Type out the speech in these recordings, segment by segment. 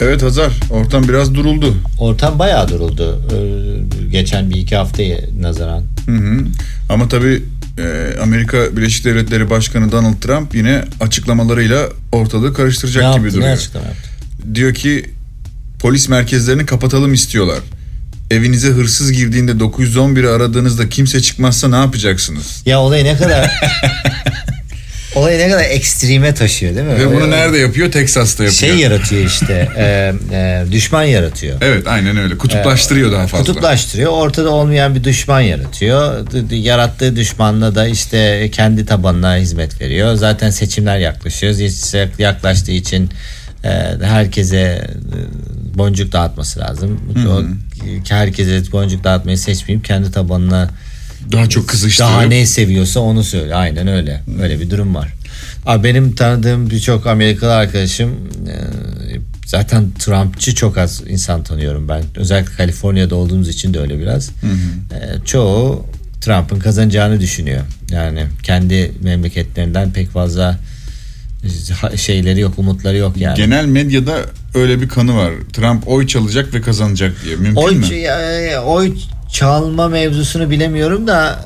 Evet Hazar, ortam biraz duruldu. Ortam bayağı duruldu. Geçen bir iki haftaya nazaran. Ama tabii Amerika Birleşik Devletleri Başkanı Donald Trump yine açıklamalarıyla ortalığı karıştıracak gibi duruyor. Ne açıklama yaptı? Diyor ki polis merkezlerini kapatalım istiyorlar. Evinize hırsız girdiğinde 911'i aradığınızda kimse çıkmazsa ne yapacaksınız? Ya olayı ne kadar ekstreme taşıyor değil mi? Ve bunu nerede yapıyor? Texas'ta yapıyor. Şey yaratıyor işte. Düşman yaratıyor. Evet, aynen öyle. Kutuplaştırıyor daha fazla. Kutuplaştırıyor. Ortada olmayan bir düşman yaratıyor. Yarattığı düşmanla da işte kendi tabanına hizmet veriyor. Zaten seçimler yaklaşıyor. Yaklaştığı için herkese boncuk dağıtması lazım. Herkese boncuk dağıtmayı seçmeyeyim, kendi tabanına daha çok kızıştırıyor. Daha ne seviyorsa onu söyle. Aynen öyle. Öyle bir durum var. Abi benim tanıdığım birçok Amerikalı arkadaşım, zaten Trumpçı çok az insan tanıyorum ben. Özellikle Kaliforniya'da olduğumuz için de öyle biraz. Çoğu Trump'ın kazanacağını düşünüyor. Yani kendi memleketlerinden pek fazla şeyleri yok, umutları yok yani. Genel medyada öyle bir kanı var. Trump oy çalacak ve kazanacak diye. Mümkün mü? Oy çalma mevzusunu bilemiyorum da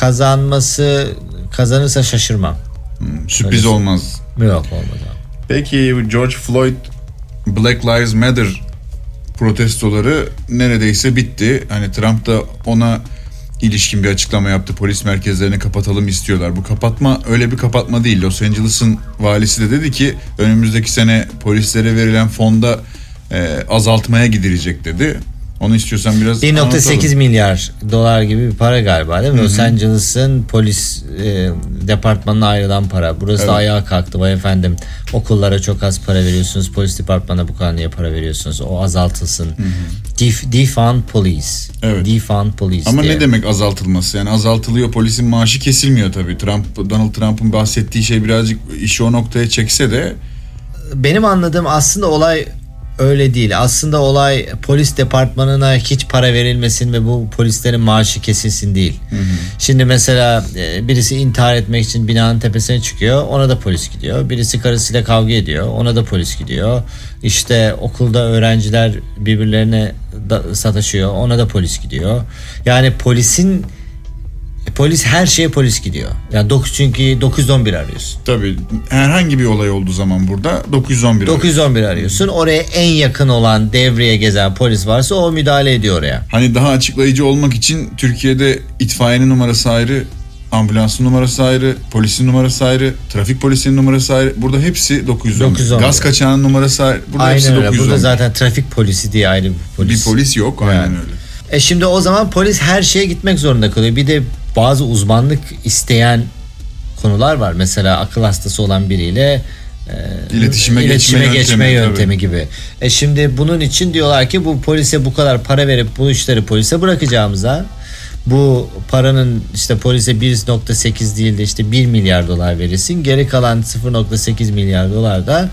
kazanırsa şaşırmam. Sürpriz öyle olmaz. Yok, olmaz. Peki George Floyd Black Lives Matter protestoları neredeyse bitti. Hani Trump da ona ilişkin bir açıklama yaptı. Polis merkezlerini kapatalım istiyorlar. Bu kapatma öyle bir kapatma değil. Los Angeles'ın valisi de dedi ki önümüzdeki sene polislere verilen fonda azaltmaya gidilecek dedi. Onu istiyorsan biraz 1.8 milyar dolar gibi bir para galiba değil mi? Los Angeles'ın polis departmanına ayrılan para. Burası da ayağa kalktı. Vay efendim, okullara çok az para veriyorsunuz. Polis departmanına bu kadar niye para veriyorsunuz? O azaltılsın. Defund police. Evet. Defund police Ama diye. ne demek azaltılması? Yani azaltılıyor, polisin maaşı kesilmiyor tabii. Donald Trump'ın bahsettiği şey birazcık işi o noktaya çekse de. Benim anladığım aslında olay öyle değil. Aslında olay polis departmanına hiç para verilmesin ve bu polislerin maaşı kesilsin değil. Şimdi mesela birisi intihar etmek için binanın tepesine çıkıyor. Ona da polis gidiyor. Birisi karısıyla kavga ediyor. Ona da polis gidiyor. İşte okulda öğrenciler birbirlerine sataşıyor. Ona da polis gidiyor. Yani polis her şeye polis gidiyor. Yani çünkü 911 arıyorsun. Tabii herhangi bir olay olduğu zaman burada 911 arıyorsun. Oraya en yakın olan, devreye gezen polis varsa o müdahale ediyor oraya. Hani daha açıklayıcı olmak için Türkiye'de itfaiyenin numarası ayrı, ambulansın numarası ayrı, polisin numarası ayrı, trafik polisinin numarası ayrı. Burada hepsi 911. Gaz kaçağının numarası ayrı. Burada aynen hepsi öyle. 911. Burada zaten trafik polisi diye ayrı bir polis. Bir polis yok. Aynen öyle. Şimdi o zaman polis her şeye gitmek zorunda kalıyor. Bir de bazı uzmanlık isteyen konular var. Mesela akıl hastası olan biriyle iletişime geçme yöntemi gibi. Şimdi bunun için diyorlar ki bu polise bu kadar para verip bu işleri polise bırakacağımıza, bu paranın işte polise 1.8 değil de işte 1 milyar dolar verilsin. Geri kalan 0.8 milyar dolar da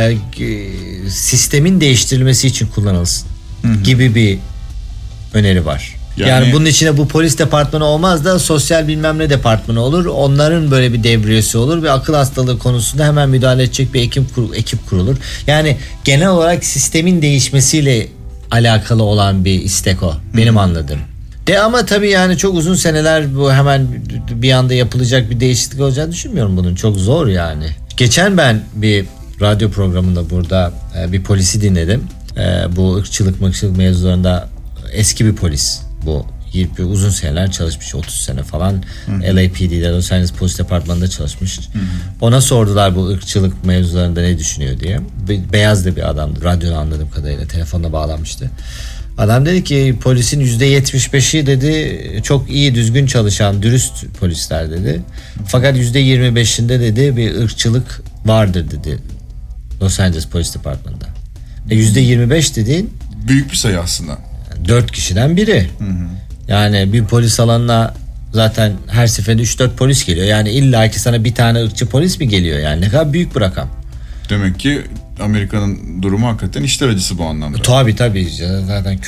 sistemin değiştirilmesi için kullanılsın gibi bir öneri var. Yani bunun içine bu polis departmanı olmaz da sosyal bilmem ne departmanı olur. Onların böyle bir devriyesi olur ve akıl hastalığı konusunda hemen müdahale edecek bir ekip kurulur. Yani genel olarak sistemin değişmesiyle alakalı olan bir istek o. Benim anladığım. Ama tabii yani çok uzun seneler bu hemen bir anda yapılacak bir değişiklik olacağını düşünmüyorum bunun. Çok zor yani. Geçen ben bir radyo programında burada bir polisi dinledim. Bu ırkçılık mevzularında eski bir polis. Bu uzun seneler çalışmış, 30 sene falan. LAPD'de, Los Angeles Polis Departmanı'nda çalışmış. Ona sordular bu ırkçılık mevzularında ne düşünüyor diye. Beyaz da bir adamdı. Radyoda anladığım kadarıyla telefonla bağlanmıştı. Adam dedi ki polisin %75'i dedi çok iyi, düzgün çalışan, dürüst polisler dedi. Fakat %25'inde dedi bir ırkçılık vardır dedi Los Angeles Polis Departmanı'nda. %25 dediğin büyük bir sayı aslında. 4 kişiden biri. Yani bir polis alanına zaten her seferinde 3-4 polis geliyor. Yani illaki sana bir tane ırkçı polis mi geliyor? Yani ne kadar büyük bir rakam. Demek ki Amerika'nın durumu hakikaten işler acısı bu anlamda. Tabii. Zaten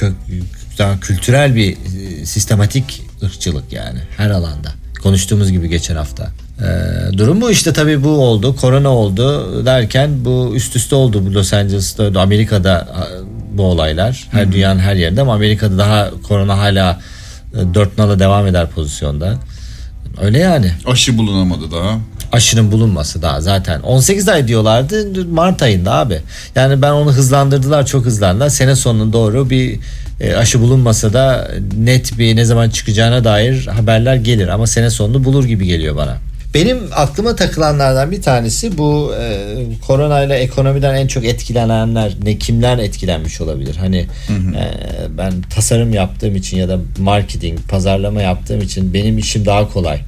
kültürel bir sistematik ırkçılık yani her alanda. Konuştuğumuz gibi geçen hafta. Durum bu işte, tabii bu oldu, korona oldu derken bu üst üste oldu, bu Los Angeles'ta, Amerika'da bu olaylar, her dünyanın her yerinde, ama Amerika'da daha korona hala 4 nala devam eder pozisyonda. Öyle yani. Aşı bulunamadı daha. Aşının bulunması daha zaten 18 ay diyorlardı Mart ayında abi. Yani ben onu hızlandırdılar, çok hızlandılar. Sene sonuna doğru bir aşı bulunmasa da net bir ne zaman çıkacağına dair haberler gelir, ama sene sonunu bulur gibi geliyor bana. Benim aklıma takılanlardan bir tanesi bu koronayla ekonomiden en çok etkilenenler kimler etkilenmiş olabilir? Hani ben tasarım yaptığım için ya da marketing, pazarlama yaptığım için benim işim daha kolay.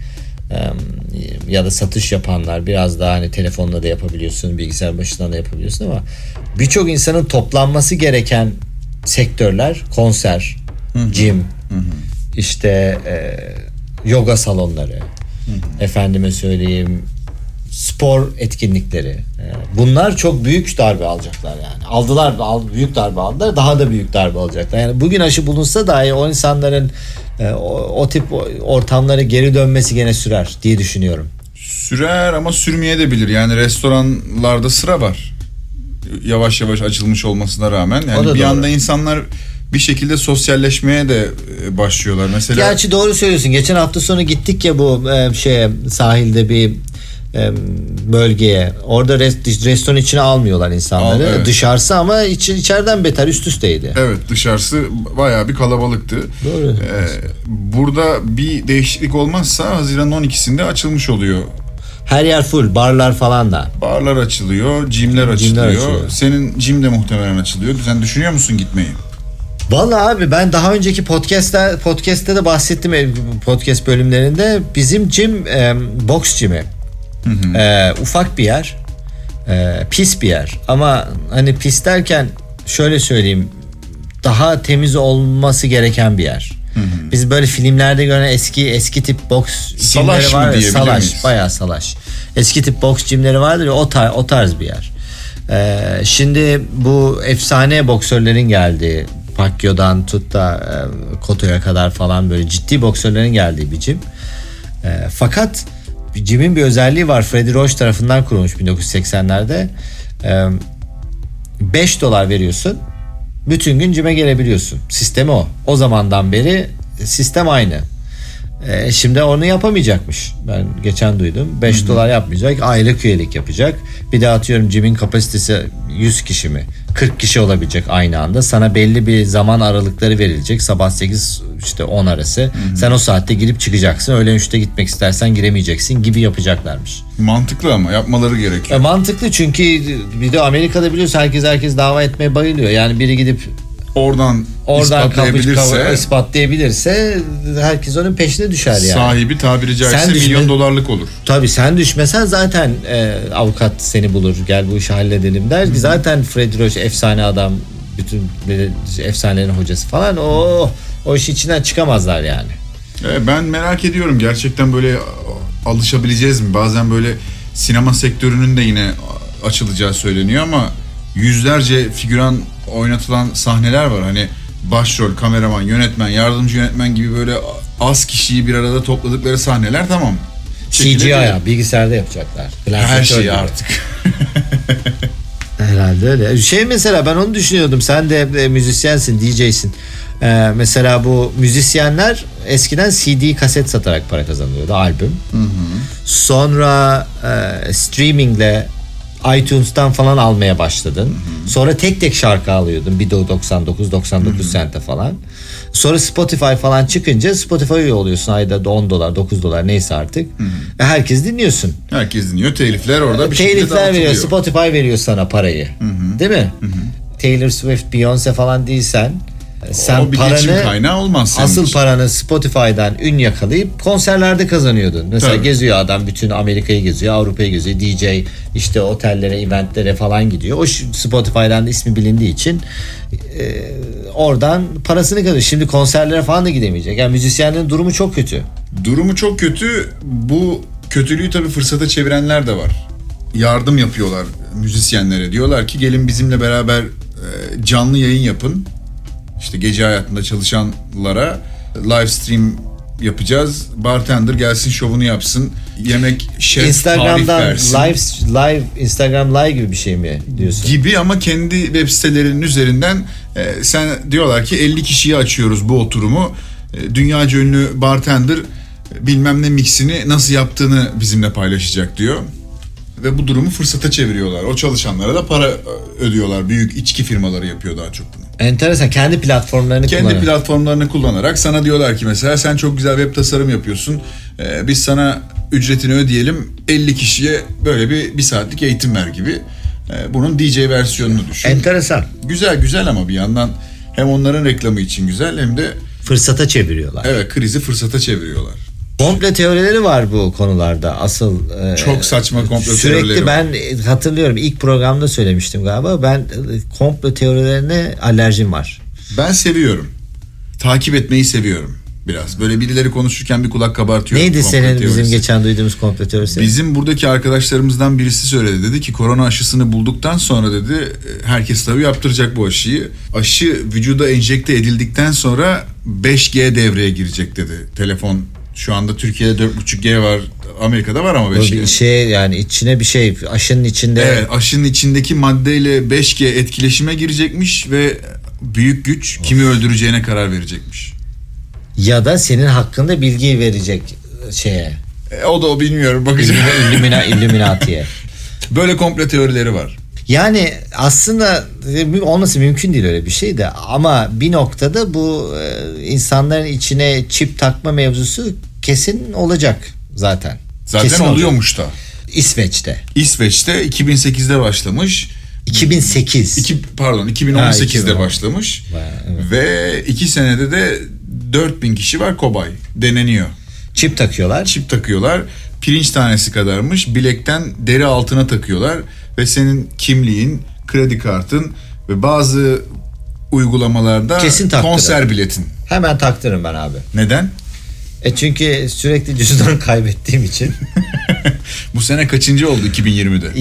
Ya da satış yapanlar biraz daha hani telefonla da yapabiliyorsun, bilgisayar başından da yapabiliyorsun, ama birçok insanın toplanması gereken sektörler konser, gym, işte yoga salonları, efendime söyleyeyim spor etkinlikleri, bunlar çok büyük darbe alacaklar yani. Büyük darbe aldılar, daha da büyük darbe alacaklar. Yani bugün aşı bulunsa dahi o insanların o tip ortamlara geri dönmesi gene sürer diye düşünüyorum. Sürer ama sürmeye de bilir. Yani restoranlarda sıra var. Yavaş yavaş açılmış olmasına rağmen. Yani bir anda insanlar bir şekilde sosyalleşmeye de başlıyorlar. Mesela gerçi doğru söylüyorsun. Geçen hafta sonu gittik ya bu sahilde bir bölgeye. Orada restoran içine almıyorlar insanları. Evet. Dışarısı ama içeriden beter, üst üsteydi. Evet, dışarısı bayağı bir kalabalıktı. Doğru. Burada bir değişiklik olmazsa Haziran'ın 12'sinde açılmış oluyor. Her yer full, barlar falan da. Barlar açılıyor, gymler açılıyor. Senin gym de muhtemelen açılıyor. Sen düşünüyor musun gitmeyi? Vallahi abi ben daha önceki podcast'te de bahsettim, podcast bölümlerinde. Bizim gym boks gym'i. Ufak bir yer, pis bir yer, ama hani pis derken şöyle söyleyeyim, daha temiz olması gereken bir yer. Biz böyle filmlerde gören eski tip boks gymleri var ya, salaş, bayağı salaş. Eski tip boks gymleri vardır ya, o tarz bir yer. Şimdi bu efsane boksörlerin geldiği, Pacquiao'dan tut da Cotto'ya kadar falan böyle ciddi boksörlerin geldiği bir gym. Fakat gym'in bir özelliği var. Freddie Roach tarafından kurulmuş 1980'lerde. $5 veriyorsun, bütün gün gym'e gelebiliyorsun. Sistemi o. O zamandan beri sistem aynı. Şimdi onu yapamayacakmış. Ben geçen duydum. $5 yapmayacak. Aylık üyelik yapacak. Bir de atıyorum gym'in kapasitesi 100 kişi mi? 40 kişi olabilecek aynı anda. Sana belli bir zaman aralıkları verilecek. Sabah 8 işte 10 arası. Sen o saatte girip çıkacaksın. Öğlen 3'te gitmek istersen giremeyeceksin gibi yapacaklarmış. Mantıklı, ama yapmaları gerekiyor. Mantıklı, çünkü bir de Amerika'da biliyorsun herkes dava etmeye bayılıyor. Yani biri gidip oradan ispatlayabilirse herkes onun peşine düşer yani. Sahibi tabiri caizse milyon dolarlık olur. Tabii sen düşmesen zaten avukat seni bulur, gel bu işi halledelim der. Zaten Freddie Roach efsane adam, bütün efsanelerin hocası falan, o işin içinden çıkamazlar yani. Ben merak ediyorum gerçekten, böyle alışabileceğiz mi? Bazen böyle sinema sektörünün de yine açılacağı söyleniyor, ama yüzlerce figüran oynatılan sahneler var. Hani başrol, kameraman, yönetmen, yardımcı yönetmen gibi böyle az kişiyi bir arada topladıkları sahneler, tamam. CGI'ya bilgisayarda yapacaklar. Her şeyi artık. Herhalde öyle. Mesela ben onu düşünüyordum. Sen de müzisyensin, DJ'sin. Mesela bu müzisyenler eskiden CD kaset satarak para kazanıyordu, albüm. Sonra streamingle, iTunes'tan falan almaya başladın. Sonra tek şarkı alıyordun. Bir de 99 sente falan. Sonra Spotify falan çıkınca Spotify'a oluyorsun, ayda $10, $9 neyse artık. Herkes dinliyorsun. Herkes dinliyor. Telifler orada bir şekilde telifler veriyor. Spotify veriyor sana parayı. Değil mi? Taylor Swift, Beyoncé falan değilsen, sen paranı, kaynağı olmaz asıl için. Paranı Spotify'dan ün yakalayıp konserlerde kazanıyordun. Mesela geziyor adam, bütün Amerika'yı geziyor, Avrupa'yı geziyor. DJ işte otellere, eventlere falan gidiyor. O Spotify'dan da ismi bilindiği için oradan parasını kazanıyor. Şimdi konserlere falan da gidemeyecek. Yani müzisyenlerin durumu çok kötü. Durumu çok kötü. Bu kötülüğü tabii fırsata çevirenler de var. Yardım yapıyorlar müzisyenlere. Diyorlar ki gelin bizimle beraber canlı yayın yapın. İşte gece hayatında çalışanlara live stream yapacağız. Bartender gelsin, şovunu yapsın. yemek şef Instagram'dan tarif versin. live Instagram live gibi bir şey mi diyorsun? Gibi ama kendi web sitelerinin üzerinden sen diyorlar ki 50 kişiye açıyoruz bu oturumu. Dünyaca ünlü bartender bilmem ne mixini nasıl yaptığını bizimle paylaşacak diyor. Ve bu durumu fırsata çeviriyorlar. O çalışanlara da para ödüyorlar. Büyük içki firmaları yapıyor daha çok bunu. Enteresan. Kendi platformlarını kullanarak sana diyorlar ki mesela sen çok güzel web tasarım yapıyorsun. Biz sana ücretini ödeyelim. 50 kişiye böyle bir saatlik eğitim ver gibi. Bunun DJ versiyonunu düşün. Enteresan. Güzel ama bir yandan hem onların reklamı için güzel hem de fırsata çeviriyorlar. Evet, krizi fırsata çeviriyorlar. Komple teorileri var bu konularda. Asıl çok saçma komple teorileri sürekli ben hatırlıyorum ilk programda söylemiştim galiba. Ben komple teorilerine alerjim var. Ben seviyorum. Takip etmeyi seviyorum biraz. Böyle birileri konuşurken bir kulak kabartıyorum. Neydi senin bizim geçen duyduğumuz komple teorisi? Bizim buradaki arkadaşlarımızdan birisi söyledi. Dedi ki korona aşısını bulduktan sonra dedi herkes tabii yaptıracak bu aşıyı. Aşı vücuda enjekte edildikten sonra 5G devreye girecek dedi. Telefon şu anda Türkiye'de 4.5G var. Amerika'da var ama 5G. Bir şey yani içine bir şey aşının içinde. Evet, aşının içindeki maddeyle 5G etkileşime girecekmiş ve büyük güç kimi öldüreceğine karar verecekmiş. Ya da senin hakkında bilgi verecek şeye. O bilmiyorum, bakacağım. Illuminati'ye. Böyle komple teorileri var. Yani aslında olması mümkün değil öyle bir şey de ama bir noktada bu insanların içine çip takma mevzusu kesin olacak zaten. Zaten kesin oluyormuş da. İsveç'te 2008'de başlamış. 2018'de başlamış. Evet. Ve 2 senede de 4000 kişi var kobay. Deneniyor. Çip takıyorlar. Pirinç tanesi kadarmış. Bilekten deri altına takıyorlar. Ve senin kimliğin, kredi kartın ve bazı uygulamalarda konser biletin. Hemen taktırırım ben abi. Neden? Çünkü sürekli cüzdan kaybettiğim için. Bu sene kaçıncı oldu 2020'de?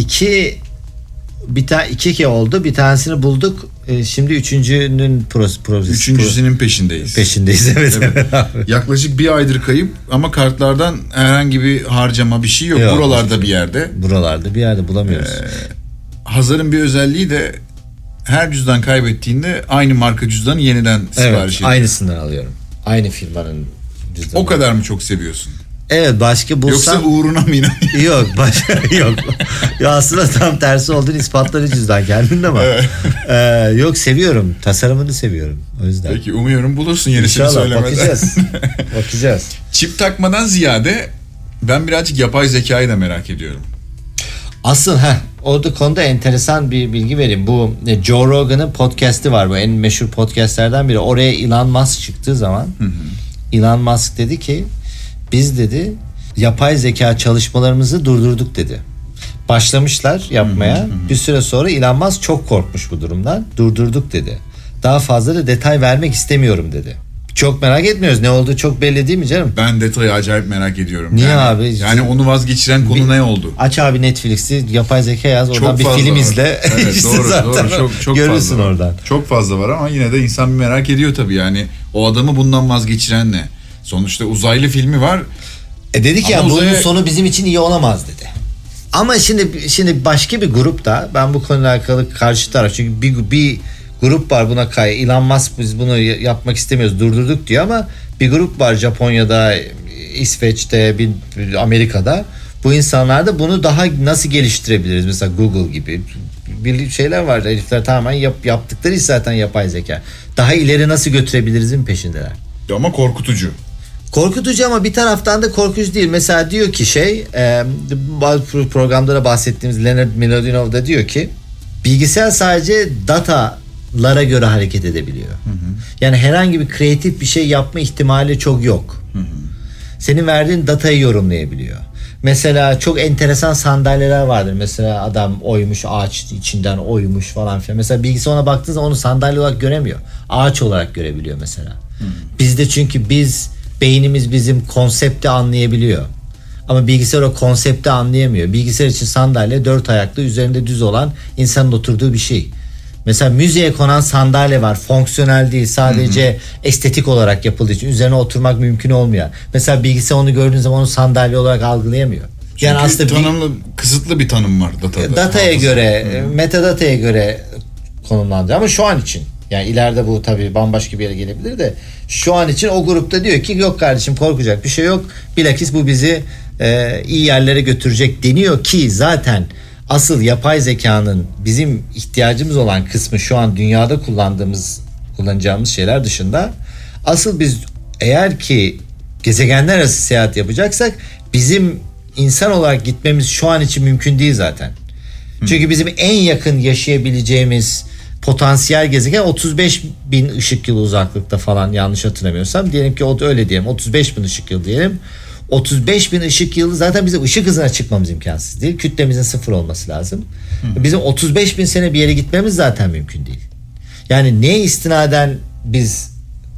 İki oldu. Bir tanesini bulduk. Şimdi üçüncünün Üçüncüsünün peşindeyiz. Evet abi. Yaklaşık bir aydır kayıp ama kartlardan herhangi bir harcama bir şey yok. Buralarda bir yerde. Bulamıyoruz. Hazar'ın bir özelliği de her cüzdan kaybettiğinde aynı marka cüzdanı yeniden sipariş ediyor. Aynısından alıyorum. Aynı firmanın cüzdanı. O kadar mı çok seviyorsun? Evet, başka bulsam. Yoksa uğruna mı inanıyorsun? Yok, yok. Ya aslında tam tersi olduğunu ispatları cüzdan kendinde ama. Yok, seviyorum. Tasarımını seviyorum. O yüzden. Peki, umuyorum bulursun yenisini İnşallah, söylemeden. bakacağız. Çip takmadan ziyade ben birazcık yapay zekayı da merak ediyorum. Asıl orada konuda enteresan bir bilgi vereyim. Bu Joe Rogan'ın podcast'i var. Bu en meşhur podcastlerden biri. Oraya Elon Musk çıktığı zaman Elon Musk dedi ki biz dedi yapay zeka çalışmalarımızı durdurduk dedi. Başlamışlar yapmaya. Bir süre sonra Elon Musk çok korkmuş bu durumdan. Durdurduk dedi. Daha fazla da detay vermek istemiyorum dedi. Çok merak etmiyoruz. Ne olduğu çok belli değil mi canım? Ben detayı acayip merak ediyorum. Niye abi? Yani onu vazgeçiren konu ne oldu? Aç abi Netflix'i, yapay zeka yaz. Oradan bir film izle. Evet, işte doğru. Çok görürsün fazla oradan. Çok fazla var ama yine de insan bir merak ediyor tabii. Yani o adamı bundan vazgeçiren ne? Sonuçta uzaylı filmi var. Dedi ki ya bunun sonu bizim için iyi olamaz dedi. Ama şimdi başka bir grup da ben bu konuyla alakalı karşı taraf, çünkü bir grup var buna Elon Musk biz bunu yapmak istemiyoruz durdurduk diyor ama bir grup var Japonya'da, İsveç'te, Amerika'da. Bu insanlar da bunu daha nasıl geliştirebiliriz? Mesela Google gibi bir şeyler var. Herifler tamamen yaptıkları iş zaten yapay zeka. Daha ileri nasıl götürebiliriz'in peşindeler. Ama korkutucu. Korkutucu ama bir taraftan da korkutucu değil. Mesela diyor ki bazı programda bahsettiğimiz Leonard Mlodinov da diyor ki bilgisayar sadece datalara göre hareket edebiliyor. Yani herhangi bir kreatif bir şey yapma ihtimali çok yok. Senin verdiğin datayı yorumlayabiliyor. Mesela çok enteresan sandalyeler vardır. Mesela adam oymuş, ağaç içinden oymuş falan filan. Mesela bilgisayar ona baktığınız zaman onu sandalye olarak göremiyor. Ağaç olarak görebiliyor mesela. Bizde çünkü beynimiz bizim konsepti anlayabiliyor. Ama bilgisayar o konsepti anlayamıyor. Bilgisayar için sandalye 4 ayaklı üzerinde düz olan insanın oturduğu bir şey. Mesela müzeye konan sandalye var. Fonksiyonel değil. Sadece estetik olarak yapıldığı için üzerine oturmak mümkün olmuyor. Mesela bilgisayar onu gördüğün zaman onu sandalye olarak algılayamıyor. Çünkü yani aslında kısıtlı bir tanım var datada. Dataya göre, metadataya göre konumlandırıyor ama şu an için. Yani ileride bu tabii bambaşka bir yere gelebilir de şu an için o grupta diyor ki yok kardeşim, korkacak bir şey yok. Bilakis bu bizi iyi yerlere götürecek deniyor ki zaten asıl yapay zekanın bizim ihtiyacımız olan kısmı şu an dünyada kullanacağımız şeyler dışında, asıl biz eğer ki gezegenler arası seyahat yapacaksak bizim insan olarak gitmemiz şu an için mümkün değil zaten. Çünkü bizim en yakın yaşayabileceğimiz potansiyel gezegen 35 bin ışık yılı uzaklıkta falan, yanlış hatırlamıyorsam. Diyelim ki o da öyle diyelim, 35 bin ışık yılı diyelim. 35 bin ışık yılı zaten bizim ışık hızına çıkmamız imkansız değil. Kütlemizin sıfır olması lazım. Bizim 35 bin sene bir yere gitmemiz zaten mümkün değil. Yani neye istinaden biz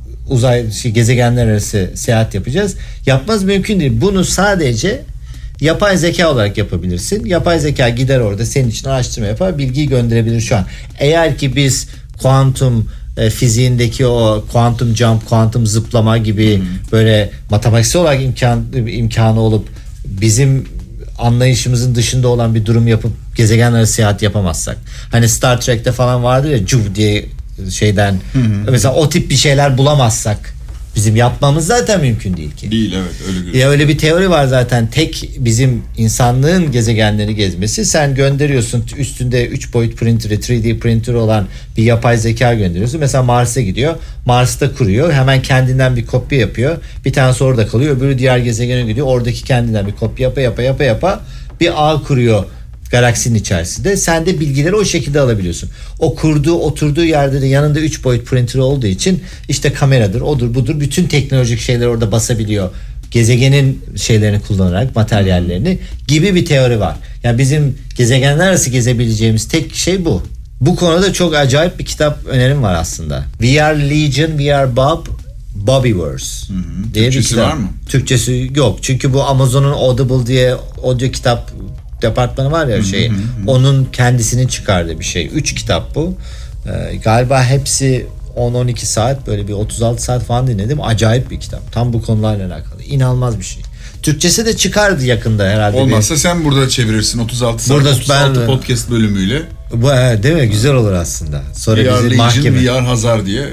gezegenler arası seyahat yapacağız? Yapmaz, mümkün değil. Bunu sadece yapay zeka olarak yapabilirsin. Yapay zeka gider orada senin için araştırma yapar, bilgiyi gönderebilir şu an. Eğer ki biz kuantum fiziğindeki o kuantum jump, kuantum zıplama gibi böyle matematiksel olarak imkanı olup bizim anlayışımızın dışında olan bir durum yapıp gezegen arası seyahat yapamazsak. Hani Star Trek'te falan vardır ya, cuv diye şeyden mesela o tip bir şeyler bulamazsak bizim yapmamız zaten mümkün değil ki. Değil, evet, öyle görünüyor. Ya öyle bir teori var zaten. Tek bizim insanlığın gezegenleri gezmesi, sen gönderiyorsun üstünde 3 boyut printeri, 3D printer olan bir yapay zeka gönderiyorsun. Mesela Mars'a gidiyor. Mars'ta kuruyor. Hemen kendinden bir kopya yapıyor. Bir tanesi orada kalıyor. Öbürü diğer gezegene gidiyor. Oradaki kendinden bir kopya yapa bir ağ kuruyor galaksinin içerisinde. Sen de bilgileri o şekilde alabiliyorsun. O oturduğu yerde de yanında 3 boyut printer olduğu için işte kameradır, odur budur, bütün teknolojik şeyler orada basabiliyor. Gezegenin şeylerini kullanarak, materyallerini gibi bir teori var. Yani bizim gezegenler arası gezebileceğimiz tek şey bu. Bu konuda çok acayip bir kitap önerim var aslında. We Are Legion, We Are Bob, Bobbyverse diye bir kitap. Var mı? Türkçesi yok. Çünkü bu Amazon'un Audible diye audio kitap departmanı var ya onun kendisinin çıkardığı bir şey. 3 kitap bu. Galiba hepsi 10-12 saat, böyle bir 36 saat falan dinledim. Acayip bir kitap. Tam bu konularla alakalı. İnanılmaz bir şey. Türkçesi de çıkardı yakında herhalde. Olmazsa sen burada çevirirsin 36 saat, 36 podcast bölümüyle. Bu değil mi? Güzel olur aslında. Sonra VR bizi mahkeme. VR Hazar diye.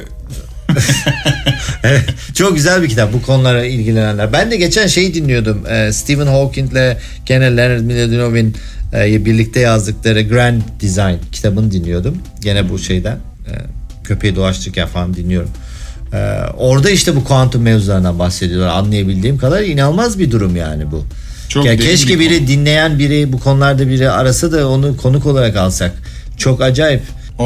Evet, çok güzel bir kitap bu konulara ilgilenenler. Ben de geçen şeyi dinliyordum. Stephen Hawking'le gene Leonard Mladinov'in birlikte yazdıkları Grand Design kitabını dinliyordum. Gene bu şeyden köpeği dolaştırırken falan dinliyorum. Orada işte bu kuantum mevzularından bahsediyorlar. Anlayabildiğim kadar inanılmaz bir durum yani bu. Çok ya keşke biri dinleyen biri bu konularda biri arasa da onu konuk olarak alsak. Çok acayip.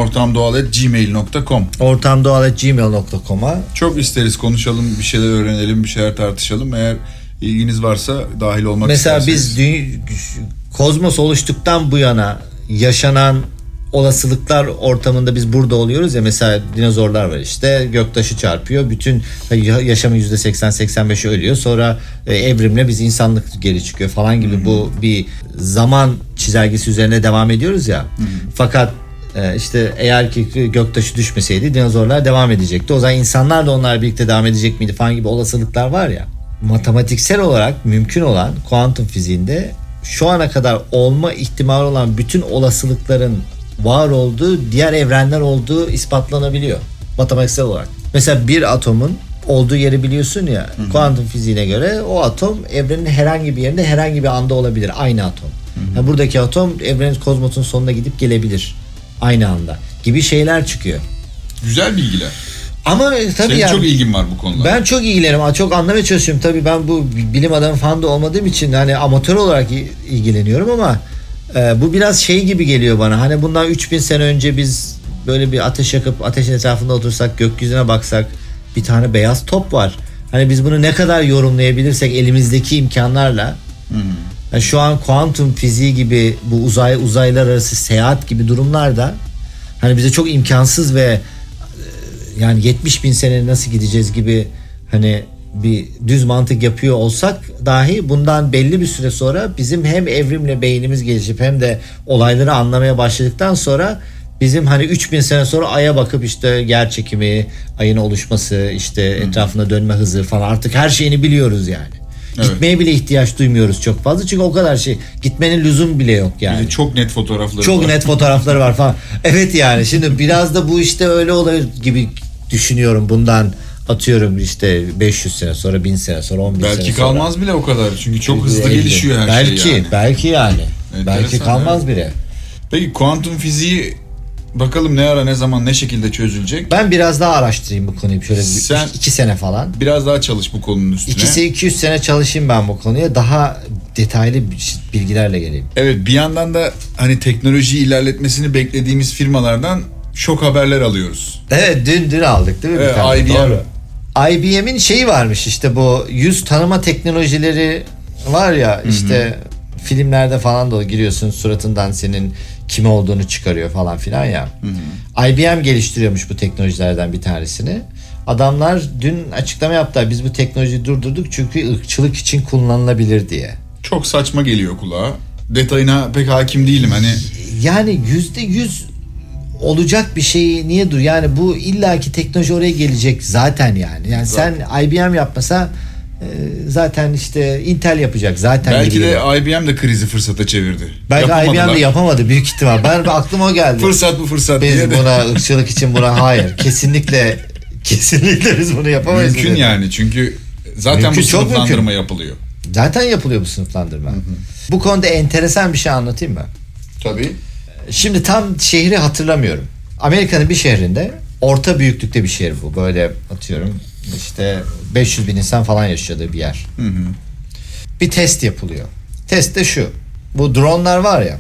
Ortamdoğal@gmail.com Ortamdoğal@gmail.com'a çok isteriz, konuşalım, bir şeyler öğrenelim, bir şeyler tartışalım. Eğer ilginiz varsa dahil olmak mesela isterseniz. Biz kozmos oluştuktan bu yana yaşanan olasılıklar ortamında biz burada oluyoruz ya, mesela dinozorlar var işte, göktaşı çarpıyor, bütün yaşamın %80-85'i ölüyor, sonra evrimle biz insanlık geri çıkıyor falan gibi. Bu bir zaman çizelgesi üzerine devam ediyoruz ya. Fakat işte eğer ki göktaşı düşmeseydi dinozorlar devam edecekti. O zaman insanlar da onlarla birlikte devam edecek miydi falan gibi olasılıklar var ya. Matematiksel olarak mümkün olan kuantum fiziğinde şu ana kadar olma ihtimali olan bütün olasılıkların var olduğu, diğer evrenler olduğu ispatlanabiliyor matematiksel olarak. Mesela bir atomun olduğu yeri biliyorsun ya, kuantum fiziğine göre o atom evrenin herhangi bir yerinde herhangi bir anda olabilir, aynı atom. Yani buradaki atom evrenin, kozmosun sonuna gidip gelebilir aynı anda gibi şeyler çıkıyor. Güzel bilgiler. Ama tabii senin yani, çok ilgin var bu konulara. Ben çok ilgilenirim. Çok anlamaya çalışıyorum. Tabii ben bu bilim adamı falan da olmadığım için hani amatör olarak ilgileniyorum ama bu biraz şey gibi geliyor bana. Hani bundan 3000 sene önce biz böyle bir ateş yakıp ateşin etrafında otursak, gökyüzüne baksak, bir tane beyaz top var. Hani biz bunu ne kadar yorumlayabilirsek elimizdeki imkanlarla, yani şu an kuantum fiziği gibi bu uzaylar arası seyahat gibi durumlarda hani bize çok imkansız ve yani 70 bin sene nasıl gideceğiz gibi hani bir düz mantık yapıyor olsak dahi bundan belli bir süre sonra bizim hem evrimle beynimiz gelişip hem de olayları anlamaya başladıktan sonra Bizim hani 3000 sene sonra Ay'a bakıp işte yer çekimi, Ay'ın oluşması, işte etrafında dönme hızı falan artık her şeyini biliyoruz yani. Evet. Gitmeye bile ihtiyaç duymuyoruz çok fazla çünkü o kadar şey, gitmenin lüzum bile yok yani. Bir de çok net fotoğrafları var. Çok net fotoğrafları var falan. Evet yani şimdi biraz da bu işte öyle olur gibi düşünüyorum bundan. Atıyorum işte 500 sene sonra, 1000 sene sonra, 10.000 sene sonra. Belki kalmaz bile o kadar. Çünkü çok hızlı gelişiyor her belki, şey yani. Belki yani. Belki kalmaz evet. bile. Peki kuantum fiziği bakalım ne ara, ne zaman, ne şekilde çözülecek? Ben biraz daha araştırayım bu konuyu. Şöyle 2 sene falan. Biraz daha çalış bu konunun üstüne. 200 sene çalışayım ben bu konuya. Daha detaylı bilgilerle geleyim. Evet, bir yandan da hani teknolojiyi ilerletmesini beklediğimiz firmalardan şok haberler alıyoruz. Evet, dün aldık değil mi? Evet, IBM. Doğru. IBM'in şeyi varmış işte, bu yüz tanıma teknolojileri var ya işte filmlerde falan da giriyorsun, suratından senin kim olduğunu çıkarıyor falan filan ya. IBM geliştiriyormuş bu teknolojilerden bir tanesini. Adamlar dün açıklama yaptılar. Biz bu teknolojiyi durdurduk çünkü ırkçılık için kullanılabilir diye. Çok saçma geliyor kulağa. Detayına pek hakim değilim hani. Yani %100 olacak bir şeyi niye dur? Yani bu illaki teknoloji oraya gelecek zaten yani. Yani zaten. Sen IBM yapmasa zaten işte Intel yapacak zaten. Belki de IBM de krizi fırsata çevirdi. Belki IBM de yapamadı büyük ihtimal. Ben aklıma o geldi. Fırsat bu fırsat biz diye de. Buna ırkçılık için buna hayır. Kesinlikle biz bunu yapamayız. Mümkün yani çünkü zaten mümkün, bu sınıflandırma yapılıyor. Zaten yapılıyor bu sınıflandırma. Bu konuda enteresan bir şey anlatayım mı? Tabii. Şimdi tam şehri hatırlamıyorum. Amerika'nın bir şehrinde, orta büyüklükte bir şehir bu. Böyle atıyorum işte 500 bin insan falan yaşadığı bir yer. Bir test yapılıyor. Test de şu. Bu dronlar var ya.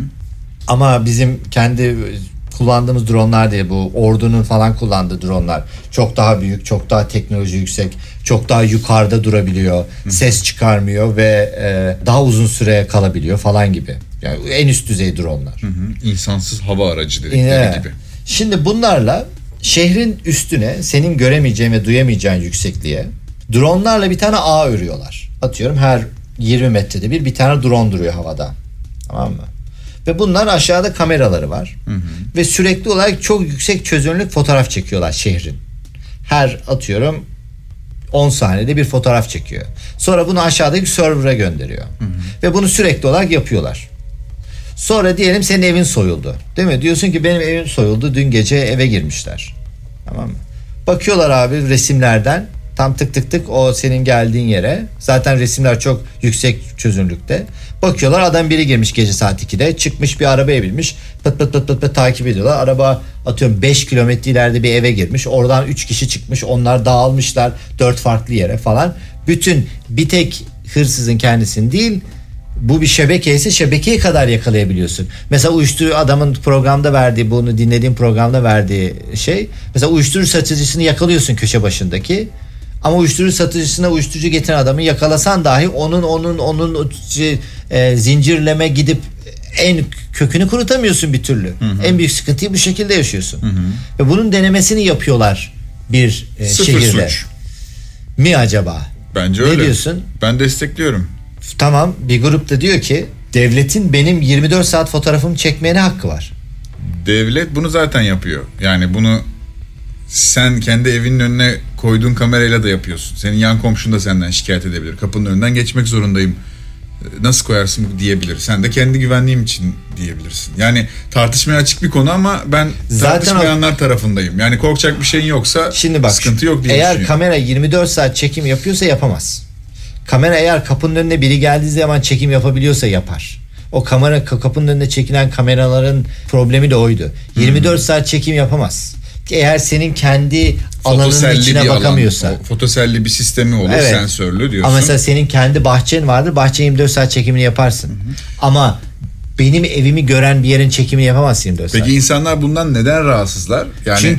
Ama bizim kendi kullandığımız dronlar değil, bu ordunun falan kullandığı dronlar. Çok daha büyük, çok daha teknoloji yüksek, çok daha yukarıda durabiliyor, ses çıkarmıyor ve daha uzun süre kalabiliyor falan gibi. Yani en üst düzey dronlar. İnsansız hava aracı dedikleri gibi. Şimdi bunlarla şehrin üstüne, senin göremeyeceğin ve duyamayacağın yüksekliğe dronlarla bir tane ağ örüyorlar. Atıyorum her 20 metrede bir tane drone duruyor havada. Tamam mı? Ve bunlar aşağıda kameraları var. Ve sürekli olarak çok yüksek çözünürlük fotoğraf çekiyorlar şehrin. Her atıyorum 10 saniyede bir fotoğraf çekiyor. Sonra bunu aşağıdaki server'a gönderiyor. Ve bunu sürekli olarak yapıyorlar. Sonra diyelim senin evin soyuldu. Değil mi? Diyorsun ki benim evim soyuldu. Dün gece eve girmişler. Tamam mı? Bakıyorlar abi resimlerden. Tam tık o senin geldiğin yere. Zaten resimler çok yüksek çözünürlükte. Bakıyorlar adam biri girmiş gece saat 2'de. Çıkmış bir arabaya binmiş. Pıt takip ediyorlar. Araba atıyorum 5 kilometre ileride bir eve girmiş. Oradan 3 kişi çıkmış. Onlar dağılmışlar 4 farklı yere falan. Bütün bir tek hırsızın kendisini değil, bu bir şebeke ise şebekeye kadar yakalayabiliyorsun. Mesela uyuşturucu adamın programda verdiği, bunu dinlediğim programda verdiği şey. Mesela uyuşturucu satıcısını yakalıyorsun köşe başındaki. Ama uyuşturucu satıcısına uyuşturucu getiren adamı yakalasan dahi onun zincirleme gidip en kökünü kurutamıyorsun bir türlü. En büyük sıkıntıyı bu şekilde yaşıyorsun. Ve bunun denemesini yapıyorlar bir şehirde. Suç mi acaba? Bence öyle. Ne diyorsun? Ben destekliyorum. Tamam, bir grup da diyor ki devletin benim 24 saat fotoğrafımı çekmeye ne hakkı var? Devlet bunu zaten yapıyor. Yani bunu sen kendi evinin önüne koyduğun kamerayla da yapıyorsun. Senin yan komşun da senden şikayet edebilir. Kapının önünden geçmek zorundayım. Nasıl koyarsın bu diyebilir. Sen de kendi güvenliğim için diyebilirsin. Yani tartışmaya açık bir konu ama ben tartışmayanlar tarafındayım. Yani korkacak bir şeyin yoksa şimdi bak, sıkıntı yok diye eğer kamera 24 saat çekim yapıyorsa yapamaz. Kamera eğer kapının önüne biri geldiği zaman çekim yapabiliyorsa yapar. O kamera kapının önüne çekilen kameraların problemi de oydu. 24 saat çekim yapamaz. Eğer senin kendi alanının içine bakamıyorsa. Fotoselli bir sistemi olur, evet. Sensörlü diyorsun. Ama mesela senin kendi bahçen vardır. Bahçe 24 saat çekimini yaparsın. Ama benim evimi gören bir yerin çekimini yapamazsın 24 saat. Peki insanlar bundan neden rahatsızlar? Yani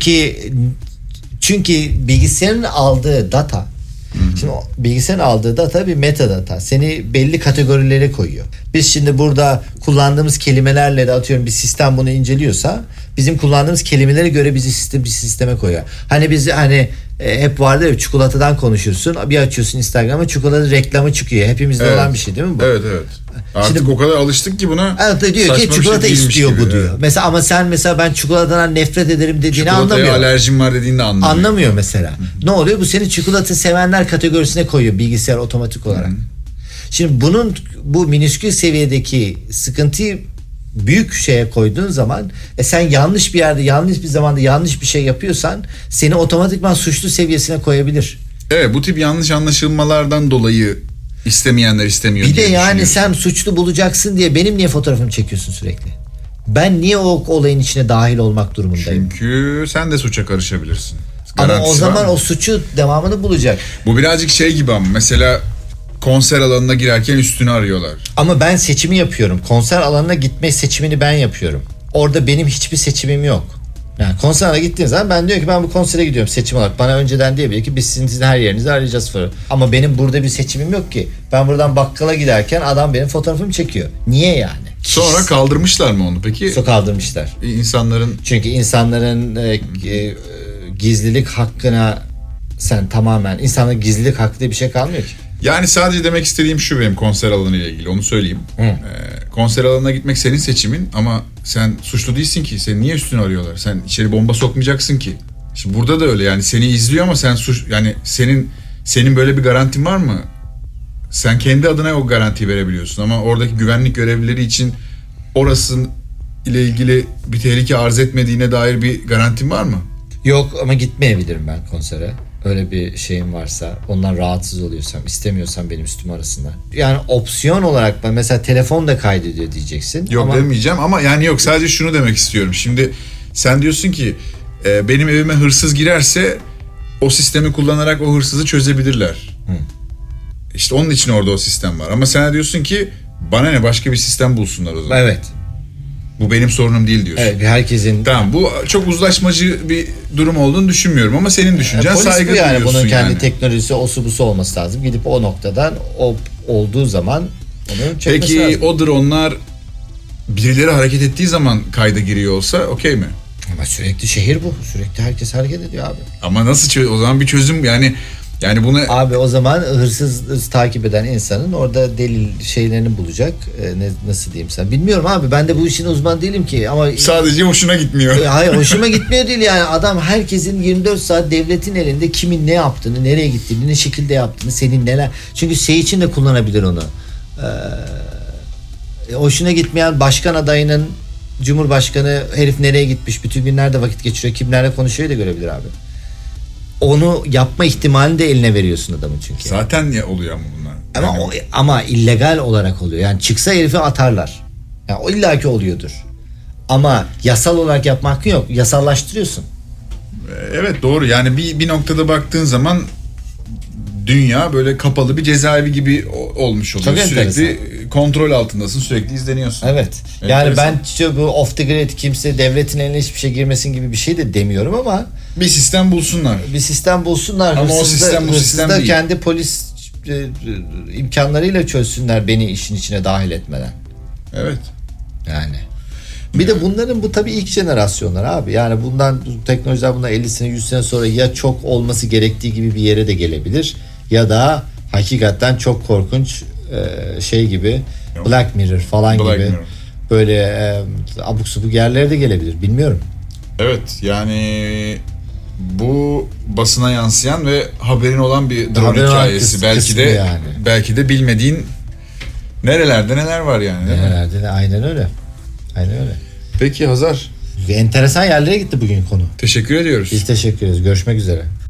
çünkü bilgisayarın aldığı data, şimdi bilgisayarın aldığı data bir metadata. Seni belli kategorilere koyuyor. Biz şimdi burada kullandığımız kelimelerle de atıyorum bir sistem bunu inceliyorsa bizim kullandığımız kelimelere göre bizi bir sisteme koyuyor. Hani biz hep vardır ya, çikolatadan konuşursun. Bir açıyorsun Instagram'a, çikolata reklamı çıkıyor. Hepimizde olan bir şey değil mi bu? Evet. Artık şimdi, o kadar alıştık ki buna. Evet, diyor ki çikolata istiyor bu diyor. Evet. Mesela ama sen ben çikolatadan nefret ederim dediğini anlamıyor. Çikolataya alerjim var dediğini de anlamıyor. Anlamıyor mesela. Ne oluyor? Bu seni çikolata sevenler kategorisine koyuyor bilgisayar otomatik olarak. Şimdi bu minüskül seviyedeki sıkıntıyı büyük şeye koyduğun zaman sen yanlış bir yerde, yanlış bir zamanda yanlış bir şey yapıyorsan seni otomatikman suçlu seviyesine koyabilir. Evet, bu tip yanlış anlaşılmalardan dolayı istemeyenler istemiyor. Bir de yani sen suçlu bulacaksın diye benim niye fotoğrafımı çekiyorsun sürekli? Ben niye o olayın içine dahil olmak durumundayım? Çünkü sen de suça karışabilirsin. Ama o zaman o suçu devamını bulacak. Bu birazcık şey gibi ama mesela konser alanına girerken üstünü arıyorlar. Ama ben seçimi yapıyorum. Konser alanına gitme seçimini ben yapıyorum. Orada benim hiçbir seçimim yok. Yani konser alanına gittiğim zaman ben diyorum ki ben bu konsere gidiyorum seçim olarak. Bana önceden diyebilir ki biz sizin her yerinizi arayacağız falan. Ama benim burada bir seçimim yok ki. Ben buradan bakkala giderken adam benim fotoğrafımı çekiyor. Niye yani? Sonra kaldırmışlar mı onu peki? Kaldırmışlar. Çünkü insanların gizlilik hakkına sen tamamen insanların gizlilik hakkı diye bir şey kalmıyor ki. Yani sadece demek istediğim şu benim konser alanı ile ilgili onu söyleyeyim. Konser alanına gitmek senin seçimin ama sen suçlu değilsin ki. Seni niye üstüne arıyorlar? Sen içeri bomba sokmayacaksın ki. Şimdi burada da öyle yani seni izliyor ama sen yani senin böyle bir garantin var mı? Sen kendi adına o garantiyi verebiliyorsun ama oradaki güvenlik görevlileri için orasının ile ilgili bir tehlike arz etmediğine dair bir garantin var mı? Yok ama gitmeyebilirim ben konsere. Öyle bir şeyim varsa, ondan rahatsız oluyorsam, istemiyorsam benim üstüme arasınlar. Yani opsiyon olarak ben mesela telefon da kaydediyor diyeceksin. Yok ama demeyeceğim ama yani yok sadece şunu demek istiyorum. Şimdi sen diyorsun ki benim evime hırsız girerse o sistemi kullanarak o hırsızı çözebilirler. İşte onun için orada o sistem var. Ama sen diyorsun ki bana ne başka bir sistem bulsunlar o zaman. Evet. Bu benim sorunum değil diyorsun. Evet, herkesin. Tamam, bu çok uzlaşmacı bir durum olduğunu düşünmüyorum ama senin düşüncen saygı duyuyorsun yani. Bunun kendi teknolojisi osu busu olması lazım. Gidip o noktadan o olduğu zaman onu çekmesi lazım. Peki o dronlar birileri hareket ettiği zaman kayda giriyor olsa okey mi? Ama sürekli şehir bu. Sürekli herkes hareket ediyor abi. Ama nasıl o zaman bir çözüm yani bunu... Abi o zaman hırsız takip eden insanın orada delil şeylerini bulacak. Nasıl diyeyim sen? Bilmiyorum abi. Ben de bu işin uzman değilim ki ama... Sadece hoşuna gitmiyor. Hayır hoşuma gitmiyor değil yani. Adam herkesin 24 saat devletin elinde kimin ne yaptığını, nereye gittiğini, ne şekilde yaptığını, senin neler... Çünkü şey için de kullanabilir onu. Hoşuna gitmeyen başkan adayının Cumhurbaşkanı herif nereye gitmiş, bütün gün nerede vakit geçiriyor, kimlerle konuşuyor da görebilir abi. Onu yapma ihtimalini de eline veriyorsun adamın çünkü. Zaten ya oluyor ama bunlar. Ama illegal olarak oluyor. Yani çıksa herifi atarlar. Yani o illaki oluyordur. Ama yasal olarak yapma hakkın yok. Yasallaştırıyorsun. Evet doğru. Yani bir noktada baktığın zaman dünya böyle kapalı bir cezaevi gibi olmuş oluyor. Çok sürekli enteresan. Kontrol altındasın. Sürekli izleniyorsun. Evet. Yani enteresan. Ben bu off the grid kimse devletin eline hiçbir şey girmesin gibi bir şey de demiyorum ama bir sistem bulsunlar. Ama o sistem bu sistem değil. Kendi polis imkanlarıyla çözsünler beni işin içine dahil etmeden. Evet. Yani. Bir de bunların bu tabii ilk jenerasyonlar abi. Yani teknolojiler bundan 50 sene 100 sene sonra ya çok olması gerektiği gibi bir yere de gelebilir ya da hakikaten çok korkunç şey gibi Black Mirror falan gibi böyle abuk subuk yerlere de gelebilir. Bilmiyorum. Evet yani bu basına yansıyan ve haberin olan bir drone hikayesi. Belki de bilmediğin nerelerde neler var yani. Nerelerde aynen öyle. Peki Hazar. Enteresan yerlere gitti bugün konu. Teşekkür ediyoruz. Biz teşekkür ederiz. Görüşmek üzere.